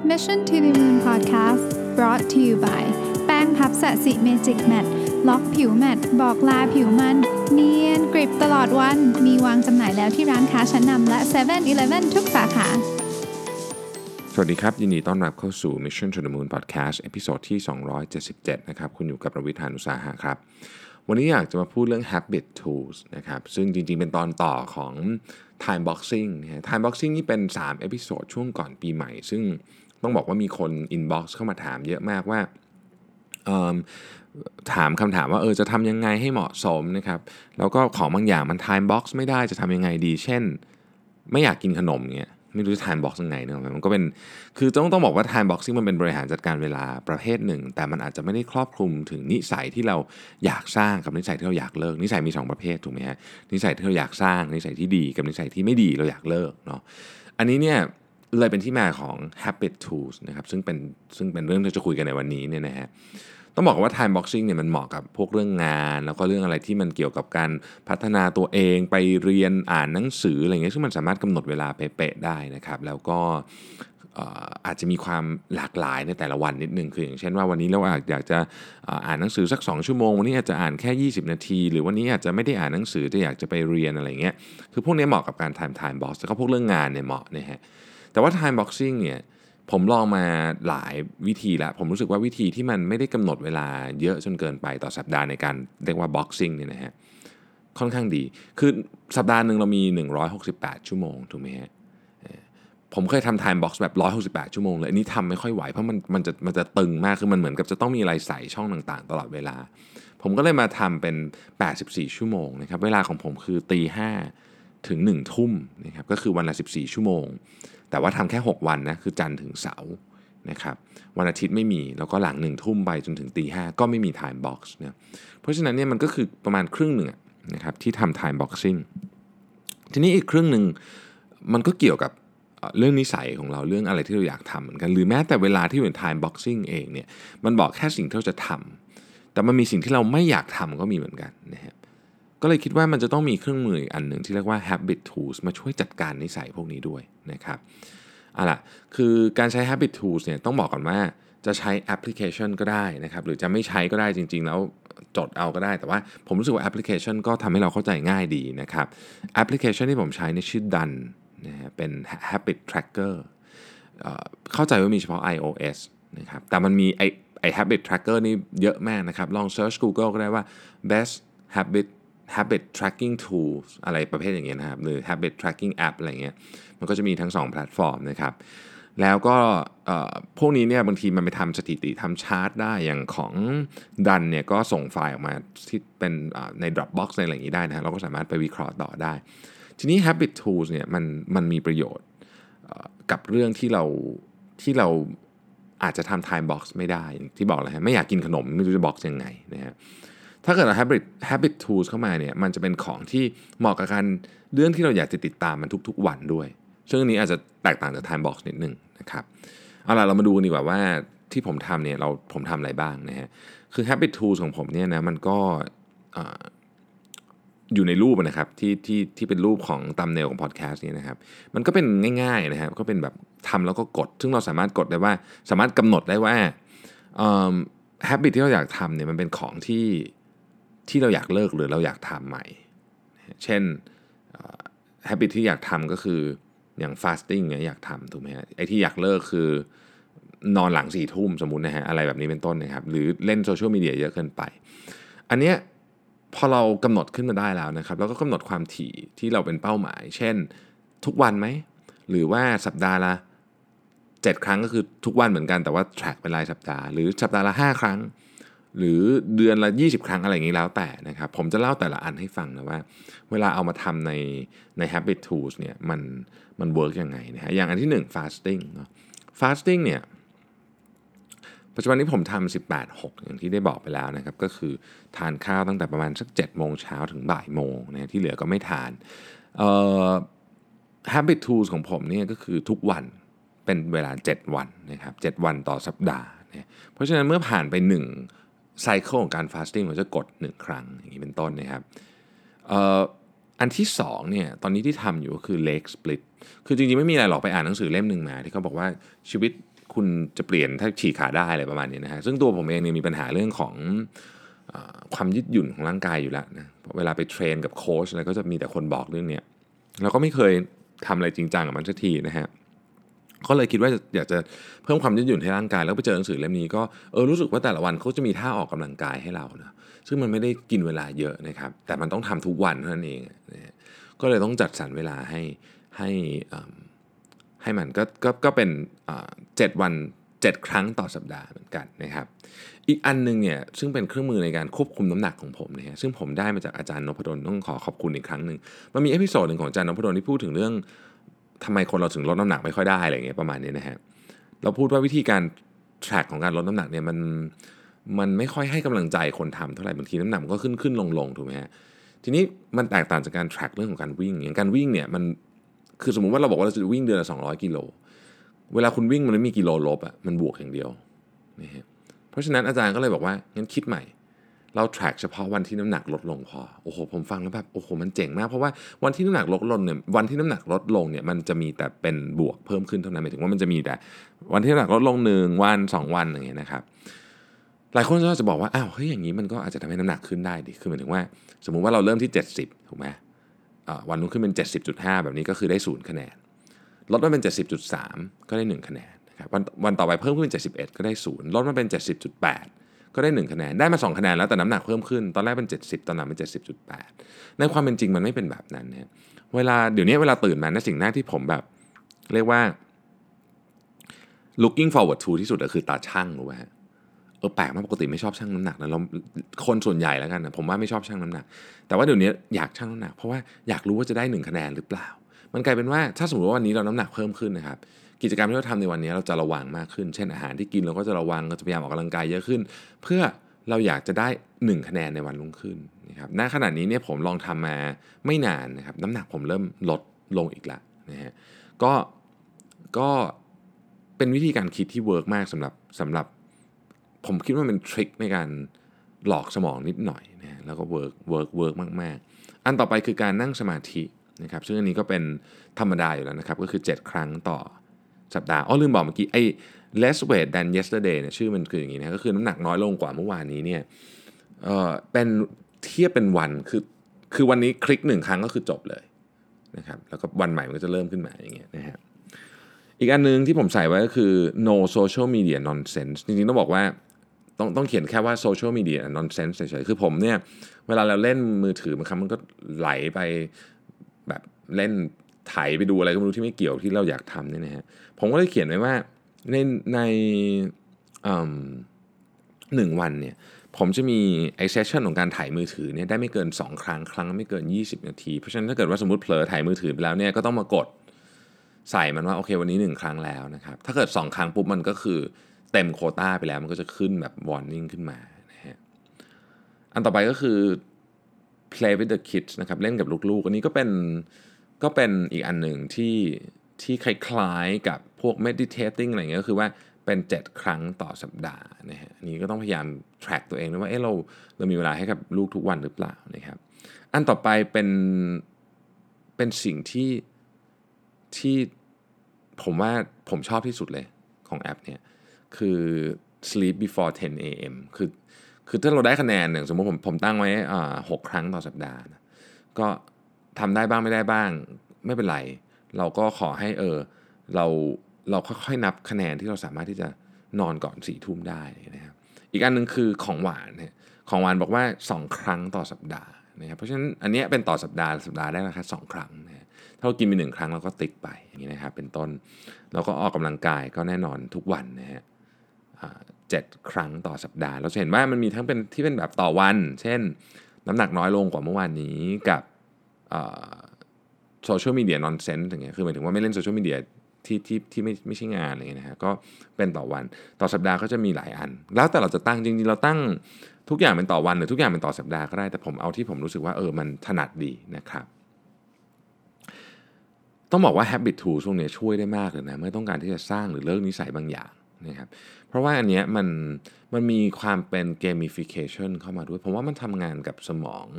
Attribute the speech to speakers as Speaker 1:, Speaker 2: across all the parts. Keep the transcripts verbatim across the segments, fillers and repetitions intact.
Speaker 1: Mission to the Moon Podcast brought to you by แป้งพับสะสิเมจิกแมตล็อกผิวแมตบอกลาผิวมันเนียนกริบตลอดวันมีวางจำหน่ายแล้วที่ร้านค้าชั้นนำและ เซเว่น อีเลฟเว่น ทุกสาขา
Speaker 2: สวัสดีครับยินดีต้อนรับเข้าสู่ Mission to the Moon Podcast เอพิโซดที่สองร้อยเจ็ดสิบเจ็ดนะครับคุณอยู่กับรวิทย์ หาญอุตสาหะครับวันนี้อยากจะมาพูดเรื่อง Habit Tools นะครับซึ่งจริงๆเป็นตอนต่อของ Time Boxing นะ Time Boxing นี่เป็นสามเอพิโซดช่วงก่อนปีใหม่ซึ่งต้องบอกว่ามีคน inbox เข้ามาถามเยอะมากว่าถามคำถามว่าเออจะทำยังไงให้เหมาะสมนะครับแล้วก็ของบางอย่างมัน Time Box ไม่ได้จะทำยังไงดีเช่นไม่อยากกินขนมเงี้ยไม่รู้จะ time box ยังไงเนี่ยมันก็เป็นคือต้องต้องบอกว่า time boxing มันเป็นบริหารจัดการเวลาประเภทหนึ่งแต่มันอาจจะไม่ได้ครอบคลุมถึงนิสัยที่เราอยากสร้างกับนิสัยที่เราอยากเลิกนิสัยมีสองประเภทถูกไหมฮะนิสัยที่เราอยากสร้างนิสัยที่ดีกับนิสัยที่ไม่ดีเราอยากเลิกเนาะอันนี้เนี่ยเลยเป็นที่มาของ habit tools นะครับซึ่งเป็นซึ่งเป็นเรื่องที่จะคุยกันในวันนี้เนี่ยนะฮะต้องบอกว่า time boxing เนี่ยมันเหมาะกับพวกเรื่องงานแล้วก็เรื่องอะไรที่มันเกี่ยวกับการพัฒนาตัวเองไปเรียนอ่านหนังสืออะไรเงี้ยซึ่งมันสามารถกำหนดเวลาเป๊ะๆได้นะครับแล้วก็อาจจะมีความหลากหลายในแต่ละวันนิดนึงคืออย่างเช่นว่าวันนี้เราอยากจะอ่านหนังสือสักสองชั่วโมงวันนี้อาจจะอ่านแค่ยี่สิบนาทีหรือวันนี้อาจจะไม่ได้อ่านหนังสือแต่อยากจะไปเรียนอะไรเงี้ยคือพวกนี้เหมาะกับการ time time box แล้วก็พวกเรื่องงานเนี่ยเหมาะนะฮะแต่ว่า time boxing เนี่ยผมลองมาหลายวิธีแล้วผมรู้สึกว่าวิธีที่มันไม่ได้กำหนดเวลาเยอะจนเกินไปต่อสัปดาห์ในการเรียกว่า boxing เนี่ยนะฮะค่อนข้างดีคือสัปดาห์หนึ่งเรามีหนึ่งร้อยหกสิบแปดชั่วโมงถูกไหมฮะผมเคยทำ time box แบบหนึ่งร้อยหกสิบแปดชั่วโมงเลยอันนี้ทำไม่ค่อยไหวเพราะมันมันจะมันจะตึงมากคือมันเหมือนกับจะต้องมีอะไรใส่ช่องต่างๆตลอดเวลาผมก็เลยมาทำเป็นแปดสิบสี่ชั่วโมงนะครับเวลาของผมคือตีห้าถึงหนึ่งทุ่มนะครับก็คือวันละสิบสี่ชั่วโมงแต่ว่าทำแค่หกวันนะคือจันทร์ถึงเสาร์นะครับวันอาทิตย์ไม่มีแล้วก็หลังหนึ่งทุ่มไปจนถึงตีห้าก็ไม่มี time box นะเพราะฉะนั้นเนี่ยมันก็คือประมาณครึ่งหนึ่งนะครับที่ทำ time boxing ทีนี้อีกครึ่งหนึ่งมันก็เกี่ยวกับเรื่องนิสัยของเราเรื่องอะไรที่เราอยากทำเหมือนกันหรือแม้แต่เวลาที่เป็น time boxing เองเนี่ยมันบอกแค่สิ่งที่เราจะทำแต่มันมีสิ่งที่เราไม่อยากทำก็มีเหมือนกันนะครับก็เลยคิดว่ามันจะต้องมีเครื่องมืออีกอันหนึ่งที่เรียกว่า habit tools มาช่วยจัดการนิสัยพวกนี้ด้วยนะครับเอาล่ะคือการใช้ habit tools เนี่ยต้องบอกก่อนว่าจะใช้แอปพลิเคชันก็ได้นะครับหรือจะไม่ใช้ก็ได้จริงๆแล้วจดเอาก็ได้แต่ว่าผมรู้สึกว่าแอปพลิเคชันก็ทำให้เราเข้าใจง่ายดีนะครับแอปพลิเคชันที่ผมใช้ในชื่อ ดัน นะฮะเป็น habit tracker เอ่อเข้าใจว่ามีเฉพาะ iOS นะครับแต่มันมีไอไอ habit tracker นี่เยอะมากนะครับลอง search Google ก็ได้ว่า best habit habit tracking tools อะไรประเภทอย่างเงี้ยนะครับหรือ habit tracking app อะไรเงี้ยมันก็จะมีทั้งสองแพลตฟอร์มนะครับแล้วก็พวกนี้เนี่ยบางทีมันไปทำสถิติทำชาร์ตได้อย่างของดันเนี่ยก็ส่งไฟล์ออกมาที่เป็นใน Dropbox ในอะไรอย่างนี้ได้นะเราก็สามารถไปวิเคราะห์ต่อได้ทีนี้ habit tools เนี่ยมันมันมีประโยชน์กับเรื่องที่เราที่เราอาจจะทำ time box ไม่ได้ที่บอกเลยฮะไม่อยากกินขนมไม่รู้จะ box ยังไงนะฮะถ้าเกิดเรา habit habit tools เข้ามาเนี่ยมันจะเป็นของที่เหมาะกับการเรื่องที่เราอยากจะติดตามมันทุกๆวันด้วยซึ่งอันนี้อาจจะแตกต่างจาก time box นิดนึงนะครับเอาล่ะเรามาดูกันดีกว่าว่าที่ผมทำเนี่ยเราผมทำอะไรบ้างนะฮะคือ habit tools ของผมเนี่ยนะมันก็อยู่ในรูปนะครับที่ที่ที่เป็นรูปของตัมเนลของพอดแคสต์นี้นะครับมันก็เป็นง่ายๆนะครับก็เป็นแบบทำแล้วก็กดซึ่งเราสามารถกดได้ว่าสามารถกำหนดได้ว่าแฮบบิทที่เราอยากทำเนี่ยมันเป็นของที่ที่เราอยากเลิกหรือเราอยากทำใหม่เช่นแฮบบิทที่อยากทำก็คืออย่างฟาสติ้งเนี่ยอยากทำถูกไหมฮะไอ้ที่อยากเลิกคือนอนหลังสี่ทุ่มสมมุตินะฮะอะไรแบบนี้เป็นต้นนะครับหรือเล่นโซเชียลมีเดียเยอะเกินไปอันเนี้ยพอเรากำหนดขึ้นมาได้แล้วนะครับแล้วก็กำหนดความถี่ที่เราเป็นเป้าหมายเช่นทุกวันไหมหรือว่าสัปดาห์ละเจ็ดครั้งก็คือทุกวันเหมือนกันแต่ว่า track เป็นรายสัปดาห์หรือสัปดาห์ละห้าครั้งหรือเดือนละยี่สิบครั้งอะไรอย่างนี้แล้วแต่นะครับผมจะเล่าแต่ละอันให้ฟังนะว่าเวลาเอามาทำในใน habit tools เนี่ยมันมันเวิร์กยังไงนะฮะอย่างอันที่หนึ่ง fasting เนาะ fasting เนี่ยปัจจุบันนี้ผมทำสิบแปด หกอย่างที่ได้บอกไปแล้วนะครับก็คือทานข้าวตั้งแต่ประมาณสักเจ็ดโมงเช้าถึงบ่ายโมงนะที่เหลือก็ไม่ทานเอ่อ habit tools ของผมเนี่ยก็คือทุกวันเป็นเวลาเจ็ดวันนะครับเจ็ดวันต่อสัปดาห์นะเพราะฉะนั้นเมื่อผ่านไปหนึ่งไซเคิลของการ fasting ผมจะกดหนึ่งครั้งอย่างนี้เป็นต้นนะครับเอ่ออันที่สองเนี่ยตอนนี้ที่ทำอยู่ก็คือ leg split คือจริงๆไม่มีอะไรหรอกไปอ่านหนังสือเล่มหนึ่งมาที่เขาบอกว่าชีวิตคุณจะเปลี่ยนถ้าฉีกขาได้อะไรประมาณนี้นะฮะซึ่งตัวผมเองเนี่ยมีปัญหาเรื่องของเอ่อความยืดหยุ่นของร่างกายอยู่แล้วนะเวลาไปเทรนกับโค้ชอะไรก็จะมีแต่คนบอกเรื่องเนี้ยแล้วก็ไม่เคยทำอะไรจริงจังกับมันสักทีนะฮะก็เลยคิดว่าอยากจะเพิ่มความยืดหยุ่นให้ร่างกายแล้วไปเจอหนังสือเล่มนี้ก็เออรู้สึกว่าแต่ละวันเขาจะมีท่าออกกำลังกายให้เรานะซึ่งมันไม่ได้กินเวลาเยอะนะครับแต่มันต้องทำทุกวันเท่านั้นเองนะฮะก็เลยต้องจัดสรรเวลาให้ให้ให้มันก็ก็ก็เป็นเจ็ดวันเจ็ดครั้งต่อสัปดาห์เหมือนกันนะครับอีกอันนึงเนี่ยซึ่งเป็นเครื่องมือในการควบคุมน้ำหนักของผมนะฮะซึ่งผมได้มาจากอาจารย์นพดลต้องขอขอบคุณอีกครั้งนึงมันมีเอพิโซดนึงของอาจารย์นพดลที่พูดถึงเรื่องทำไมคนเราถึงลดน้ำหนักไม่ค่อยได้อะไรเงี้ยประมาณนี้นะฮะเราพูดว่าวิธีการ track ของการลดน้ำหนักเนี่ยมันมันไม่ค่อยให้กำลังใจคนทำเท่าไหร่บางทีน้ำหนักมันก็ขึ้นขึ้นลงลงถูกไหมฮะทีนี้มันแตกต่างจากการ track เรื่องของการวิ่งอย่างการวิ่งเนี่ยมันคือสมมุติว่าเราบอกว่าเราจะวิ่งเดือนละสองร้อยกิโลเวลาคุณวิ่งมันไม่มีกิโลลบอ่ะมันบวกอย่างเดียวนะฮะเพราะฉะนั้นอาจารย์ก็เลยบอกว่างั้นคิดใหม่เรา track เฉพาะวันที่น้ำหนักลดลงพอโอ้โหผมฟังแล้วแบบโอ้โหมันเจ๋งมากเพราะว่าวันที่น้ำหนักลดลงเนี่ยวันที่น้ำหนักลดลงเนี่ยมันจะมีแต่เป็นบวกเพิ่มขึ้นเท่านั้นหมายถึงว่ามันจะมีแต่วันที่น้ำหนักลดลงหนึ่งวันสองวันอย่างเงี้ยนะครับหลายคนก็จะบอกว่าอ้าวเฮ้ยอย่างนี้มันก็อาจจะทำให้น้ำหนักขึ้นได้ดิคือหมายถึงว่าสมมุติว่าเราเริ่มที่เจ็ดสิบถูกไหมวันรุ่งขึ้นเป็น เจ็ดสิบจุดห้า แบบนี้ก็คือได้ศูนย์คะแนนลดมาเป็น เจ็ดสิบจุดสาม ก็ได้หนึ่งคะแนนนะครับวันวันต่อไปเพิ่มขึ้นเป็นเจ็ดสิบเอ็ดก็ได้ศูนย์ลดมาเป็น เจ็ดสิบจุดแปด ก็ได้หนึ่งคะแนนได้มาสองคะแนนแล้วแต่น้ำหนักเพิ่มขึ้นตอนแรกเป็นเจ็ดสิบตอนหลังเป็น เจ็ดสิบจุดแปด ในความเป็นจริงมันไม่เป็นแบบนั้นนะเวลาเดี๋ยวนี้เวลาตื่นมานะสิ่งแรกที่ผมแบบเรียกว่า looking forward to ที่สุดก็คือตาชั่งรู้ไหมฮะเออแปลกมากปกติไม่ชอบชั่งน้ำหนักนะเราคนส่วนใหญ่แล้วกันนะผมว่าไม่ชอบชั่งน้ำหนักแต่ว่าเดี๋ยวนี้อยากชั่งน้ำหนักเพราะว่าอยากรู้ว่าจะได้หนึ่งคะแนนหรือเปล่ามันกลายเป็นว่าถ้าสมมติว่าวันนี้เราน้ำหนักเพิ่มขึ้นนะครับกิจกรรมที่เราทำในวันนี้เราจะระวังมากขึ้นเช่นอาหารที่กินเราก็จะระวังเราจะพยายามออกกำลังกายเยอะขึ้นเพื่อเราอยากจะได้หนึ่งคะแนนในวันรุ่งขึ้นนะครับณขณะนี้เนี่ยผมลองทำมาไม่นานนะครับน้ำหนักผมเริ่มลดลงอีกแล้วนะฮะก็ก็เป็นวิธีการคิดที่เวิร์กมากสำหรับสำหรับผมคิดว่าเป็นทริคในการหลอกสมองนิดหน่อยนะแล้วก็เวิร์กเวิร์กเวิร์กมากๆอันต่อไปคือการนั่งสมาธินะครับซึ่งอันนี้ก็เป็นธรรมดาอยู่แล้วนะครับก็คือเจ็ดครั้งต่อสัปดาห์อ๋อลืมบอกเมื่อกี้ไอ้ less weight than yesterday เนี่ยชื่อมันคืออย่างนี้นะก็คือน้ำหนักน้อยลงกว่าเมื่อวานนี้เนี่ยเอ่อเป็นเทียบเป็นวันคือคือวันนี้คลิกหนึ่งครั้งก็คือจบเลยนะครับแล้วก็วันใหม่มันก็จะเริ่มขึ้นมาอย่างเงี้ยนะฮะอีกอันนึงที่ผมใส่ไว้ก็คือ no social media nonsense จริงๆต้องบอกว่าต้องต้องเขียนแค่ว่า social media nonsense เฉยๆคือผมเนี่ยเวลาเราเล่นมือถือบางครั้งมันก็ไหลไปแบบเล่นไถไปดูอะไรก็ไม่รู้ที่ไม่เกี่ยวที่เราอยากทำเนี่ยนะฮะผมก็เลยเขียนไว้ว่าในในหนึ่งวันเนี่ยผมจะมีไอเซสชั่นของการถ่ายมือถือเนี่ยได้ไม่เกินสองครั้งครั้งไม่เกินยี่สิบนาทีเพราะฉะนั้นถ้าเกิดว่าสมมุติเผลอถ่ายมือถือไปแล้วเนี่ยก็ต้องมากดใส่มันว่าโอเควันนี้หนึ่งครั้งแล้วนะครับถ้าเกิดสองครั้งปุ๊บมันก็คือเต็มโควต้าไปแล้วมันก็จะขึ้นแบบ warning ขึ้นมานะฮะอันต่อไปก็คือ play with the kids นะครับเล่นกับลูกๆอันนี้ก็เป็นก็เป็นอีกอันหนึ่งที่ที่คล้ายๆกับพวก meditating อะไรเงี้ยก็คือว่าเป็นเจ็ดครั้งต่อสัปดาห์นะฮะอันนี้ก็ต้องพยายาม track ตัวเองด้วยว่าเอ๊ะเราเรามีเวลาให้กับลูกทุกวันหรือเปล่านะครับอันต่อไปเป็นเป็นสิ่งที่ที่ผมว่าผมชอบที่สุดเลยของแอปเนี่ยคือ sleep before เท็น เอ เอ็ม คือคือถ้าเราได้คะแนนอย่างสมมติผมผมตั้งไว้อ่าหกครั้งต่อสัปดาห์นะก็ทำได้บ้างไม่ได้บ้างไม่เป็นไรเราก็ขอให้เออเราเราค่อยๆนับคะแนนที่เราสามารถที่จะนอนก่อนสี่ทุ่มได้นะครับอีกอันนึงคือของหวานเนี่ยของหวานบอกว่าสองครั้งต่อสัปดาห์นะครับเพราะฉะนั้นอันนี้เป็นต่อสัปดาห์สัปดาห์ได้ราคาสองครั้งนะถ้าเรากินไปหนึ่งครั้งเราก็ติ๊กไปอย่างนี้นะครับเป็นต้นแล้วก็ออกกำลังกายก็แน่นอนทุกวันนะฮะเจ็ดครั้งต่อสัปดาห์เราจะเห็นว่ามันมีทั้งเป็นที่เป็นแบบต่อวันเช่นน้ำหนักน้อยลงกว่าเมื่อวานนี้กับโซเชียลมีเดียนอนเซนส์อย่างเงี้ยคือหมายถึงว่าไม่เล่นโซเชียลมีเดียที่ที่ที่ไม่ไม่ใช่งานอะไรเงี้ยนะฮะก็เป็นต่อวันต่อสัปดาห์ก็จะมีหลายอันแล้วแต่เราจะตั้งจริงๆเราตั้งทุกอย่างเป็นต่อวันหรือทุกอย่างเป็นต่อสัปดาห์ก็ได้แต่ผมเอาที่ผมรู้สึกว่าเออมันถนัดดีนะครับต้องบอกว่า Habit Tool ช่วงนี้ช่วยได้มากเลยนะเมื่อต้องการที่จะสร้างหรือเลิกนิสัยบางอย่างนะครับเพราะว่าอันเนี้ยมันมันมีความเป็น gamification เข้ามาด้วยผมว่ามันทำงานกับสมอง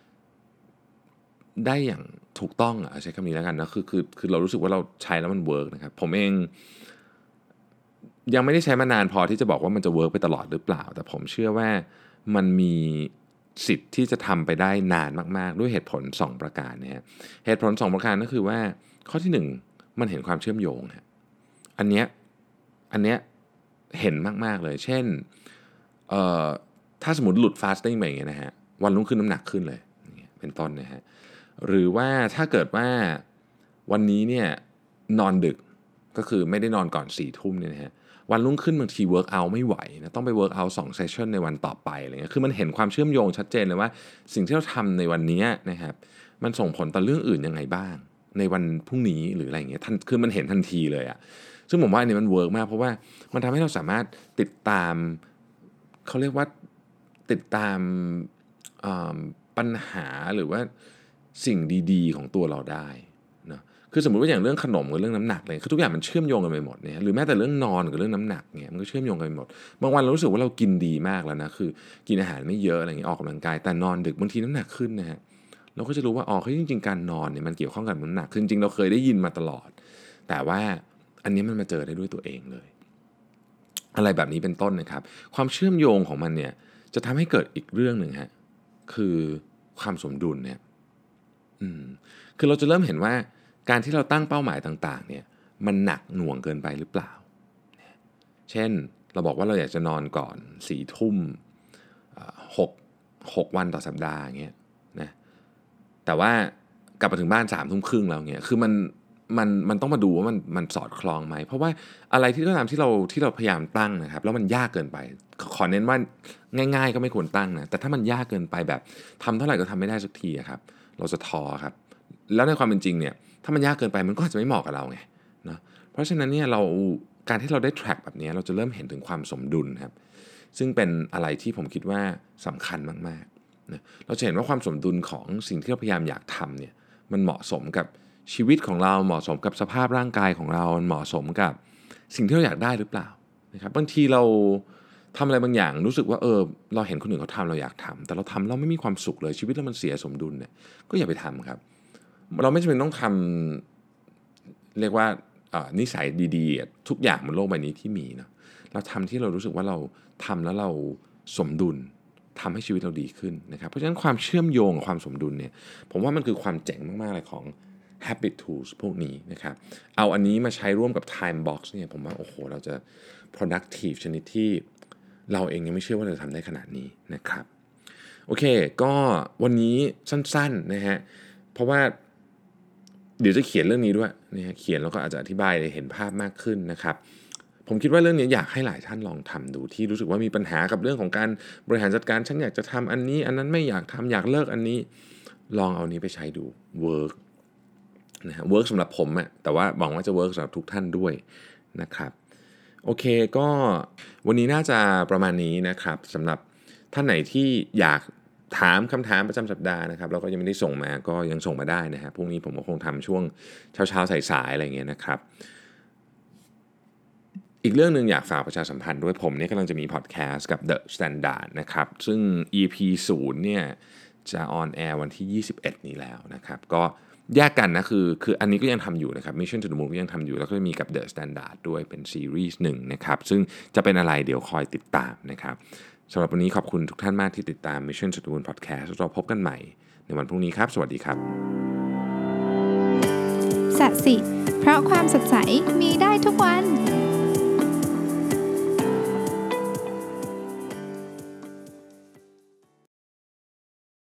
Speaker 2: ได้อย่างถูกต้องอ่ะใช้คำนี้แล้วกันนะคือคือคือเรารู้สึกว่าเราใช้แล้วมันเวิร์กนะครับผมเองยังไม่ได้ใช้มานานพอที่จะบอกว่ามันจะเวิร์กไปตลอดหรือเปล่าแต่ผมเชื่อว่ามันมีสิทธิ์ที่จะทำไปได้นานมากๆด้วยเหตุผลสองประการนะฮะเหตุผลสองประการก็คือว่าข้อที่หนึ่งมันเห็นความเชื่อมโยงฮะอันเนี้ยอันเนี้ยเห็นมากๆเลยเช่นเอ่อถ้าสมมติหลุดฟาสติ้งไปอย่างเงี้ยนะฮะวันรุ่งขึ้นน้ำหนักขึ้นเลยเป็นต้นนะฮะหรือว่าถ้าเกิดว่าวันนี้เนี่ยนอนดึกก็คือไม่ได้นอนก่อนสี่ทุ่มเนี่ยนะฮะวันรุ่งขึ้นบางทีเวิร์กเอาท์ไม่ไหวนะต้องไปเวิร์กเอาท์สองเซสชั่นในวันต่อไปอะไรเงี้ยคือมันเห็นความเชื่อมโยงชัดเจนเลยว่าสิ่งที่เราทำในวันนี้นะครับมันส่งผลต่อเรื่องอื่นยังไงบ้างในวันพรุ่งนี้หรืออะไรเงี้ยคือมันเห็นทันทีเลยอะซึ่งผมว่าอันนี้มันเวิร์กมากเพราะว่ามันทำให้เราสามารถติดตามเขาเรียกว่าติดตามปัญหาหรือว่าสิ่งดีๆของตัวเราได้นะคือสมมุติว่าอย่างเรื่องขนมกับเรื่องน้ำหนักเลยคือทุกอย่างมันเชื่อมโยงกันไปหมดเนี่ยหรือแม้แต่เรื่องนอนกับเรื่องน้ำหนักเนี่ยมันก็เชื่อมโยงกันไปหมดบางวันเรารู้สึกว่าเรากินดีมากแล้วนะคือกินอาหารไม่เยอะอะไรอย่างเงี้ยออกกำลังกายแต่นอนดึกบางทีน้ำหนักขึ้นนะฮะเราก็จะรู้ว่าอ๋อคือจริงๆการนอนเนี่ยมันเกี่ยวข้องกับน้ำหนักคือจริงๆเราเคยได้ยินมาตลอดแต่ว่าอันนี้มันมาเจอได้ด้วยตัวเองเลยอะไรแบบนี้เป็นต้นนะครับความเชื่อมโยงของมันเนี่ยจะทำให้เกิดอีกเรื่องหนึ่งฮะคือความสมดุลเนี่ยอืมคือเราจะเริ่มเห็นว่าการที่เราตั้งเป้าหมายต่างๆเนี่ยมันหนักหน่วงเกินไปหรือเปล่าเช่นเราบอกว่าเราอยากจะนอนก่อนสี่ทุ่มหกหกวันต่อสัปดาห์อย่างเงี้ยนะแต่ว่ากลับมาถึงบ้านสามทุ่มครึ่งแล้วเงี้ยคือมันมันมันต้องมาดูว่ามันมันสอดคล้องไหมเพราะว่าอะไรที่ก็ตามที่เราที่เราพยายามตั้งนะครับแล้วมันยากเกินไปขอเน้นว่าง่ายๆก็ไม่ควรตั้งนะแต่ถ้ามันยากเกินไปแบบทำเท่าไหร่ก็ทำไม่ได้สักทีครับเราจะท้อครับแล้วในความเป็นจริงเนี่ยถ้ามันยากเกินไปมันก็อาจจะไม่เหมาะกับเราไงนะเพราะฉะนั้นเนี่ยเราการที่เราได้ track แบบนี้เราจะเริ่มเห็นถึงความสมดุลครับซึ่งเป็นอะไรที่ผมคิดว่าสำคัญมากๆนะเราจะเห็นว่าความสมดุลของสิ่งที่เราพยายามอยากทำเนี่ยมันเหมาะสมกับชีวิตของเราเหมาะสมกับสภาพร่างกายของเราเหมาะสมกับสิ่งที่เราอยากได้หรือเปล่านะครับบางทีเราทำอะไรบางอย่างรู้สึกว่าเออเราเห็นคนอื่นเขาทำเราอยากทำแต่เราทำเราไม่มีความสุขเลยชีวิตเรามันเสียสมดุลเนี่ยก็อย่าไปทำครับเราไม่จำเป็นต้องทำเรียกว่านิสัยดีๆทุกอย่างบนโลกใบนี้ที่มีเนาะเราทำที่เรารู้สึกว่าเราทำแล้วเราสมดุลทำให้ชีวิตเราดีขึ้นนะครับเพราะฉะนั้นความเชื่อมโยงกับความสมดุลเนี่ยผมว่ามันคือความเจ๋งมากๆเลยของ habit tools พวกนี้นะครับเอาอันนี้มาใช้ร่วมกับ time box เนี่ยผมว่าโอ้โหเราจะ productive ชนิดที่เราเองยังไม่เชื่อว่าเราจะทำได้ขนาดนี้นะครับโอเคก็วันนี้สั้นๆนะฮะเพราะว่าเดี๋ยวจะเขียนเรื่องนี้ด้วยนะฮะเขียนแล้วก็อาจจะอธิบายเห็นภาพมากขึ้นนะครับผมคิดว่าเรื่องนี้อยากให้หลายท่านลองทำดูที่รู้สึกว่ามีปัญหากับเรื่องของการบริหารจัดการฉันอยากจะทำอันนี้อันนั้นไม่อยากทำอยากเลิกอันนี้ลองเอานี้ไปใช้ดูเวิร์กนะฮะเวิร์กสำหรับผมอะแต่ว่าหวังว่าจะเวิร์กสำหรับทุกท่านด้วยนะครับโอเคก็วันนี้น่าจะประมาณนี้นะครับสำหรับท่านไหนที่อยากถามคำถามประจำสัปดาห์นะครับแล้วก็ยังไม่ได้ส่งมาก็ยังส่งมาได้นะฮะพรุ่งนี้ผมก็คงทำช่วงเช้าๆสายๆอะไรเงี้ยนะครับอีกเรื่องนึงอยากฝากประชาสัมพันธ์ด้วยผมเนี่ยกำลังจะมีพอดแคสต์กับ The Standard นะครับซึ่ง อี พี ศูนย์เนี่ยจะออนแอร์วันที่ยี่สิบเอ็ดนี้แล้วนะครับก็แยกกันนะคือคืออันนี้ก็ยังทำอยู่นะครับ Mission to the Moon ก็ยังทำอยู่แล้วก็มีกับ The Standard ด้วยเป็นซีรีส์หนึ่งนะครับซึ่งจะเป็นอะไรเดี๋ยวคอยติดตามนะครับสำหรับวันนี้ขอบคุณทุกท่านมากที่ติดตาม Mission to the Moon Podcast เราพบกันใหม่ในวันพรุ่งนี้ครับสวัสดีครับ
Speaker 1: สัสิเพราะความสดใสมีได้ทุกวัน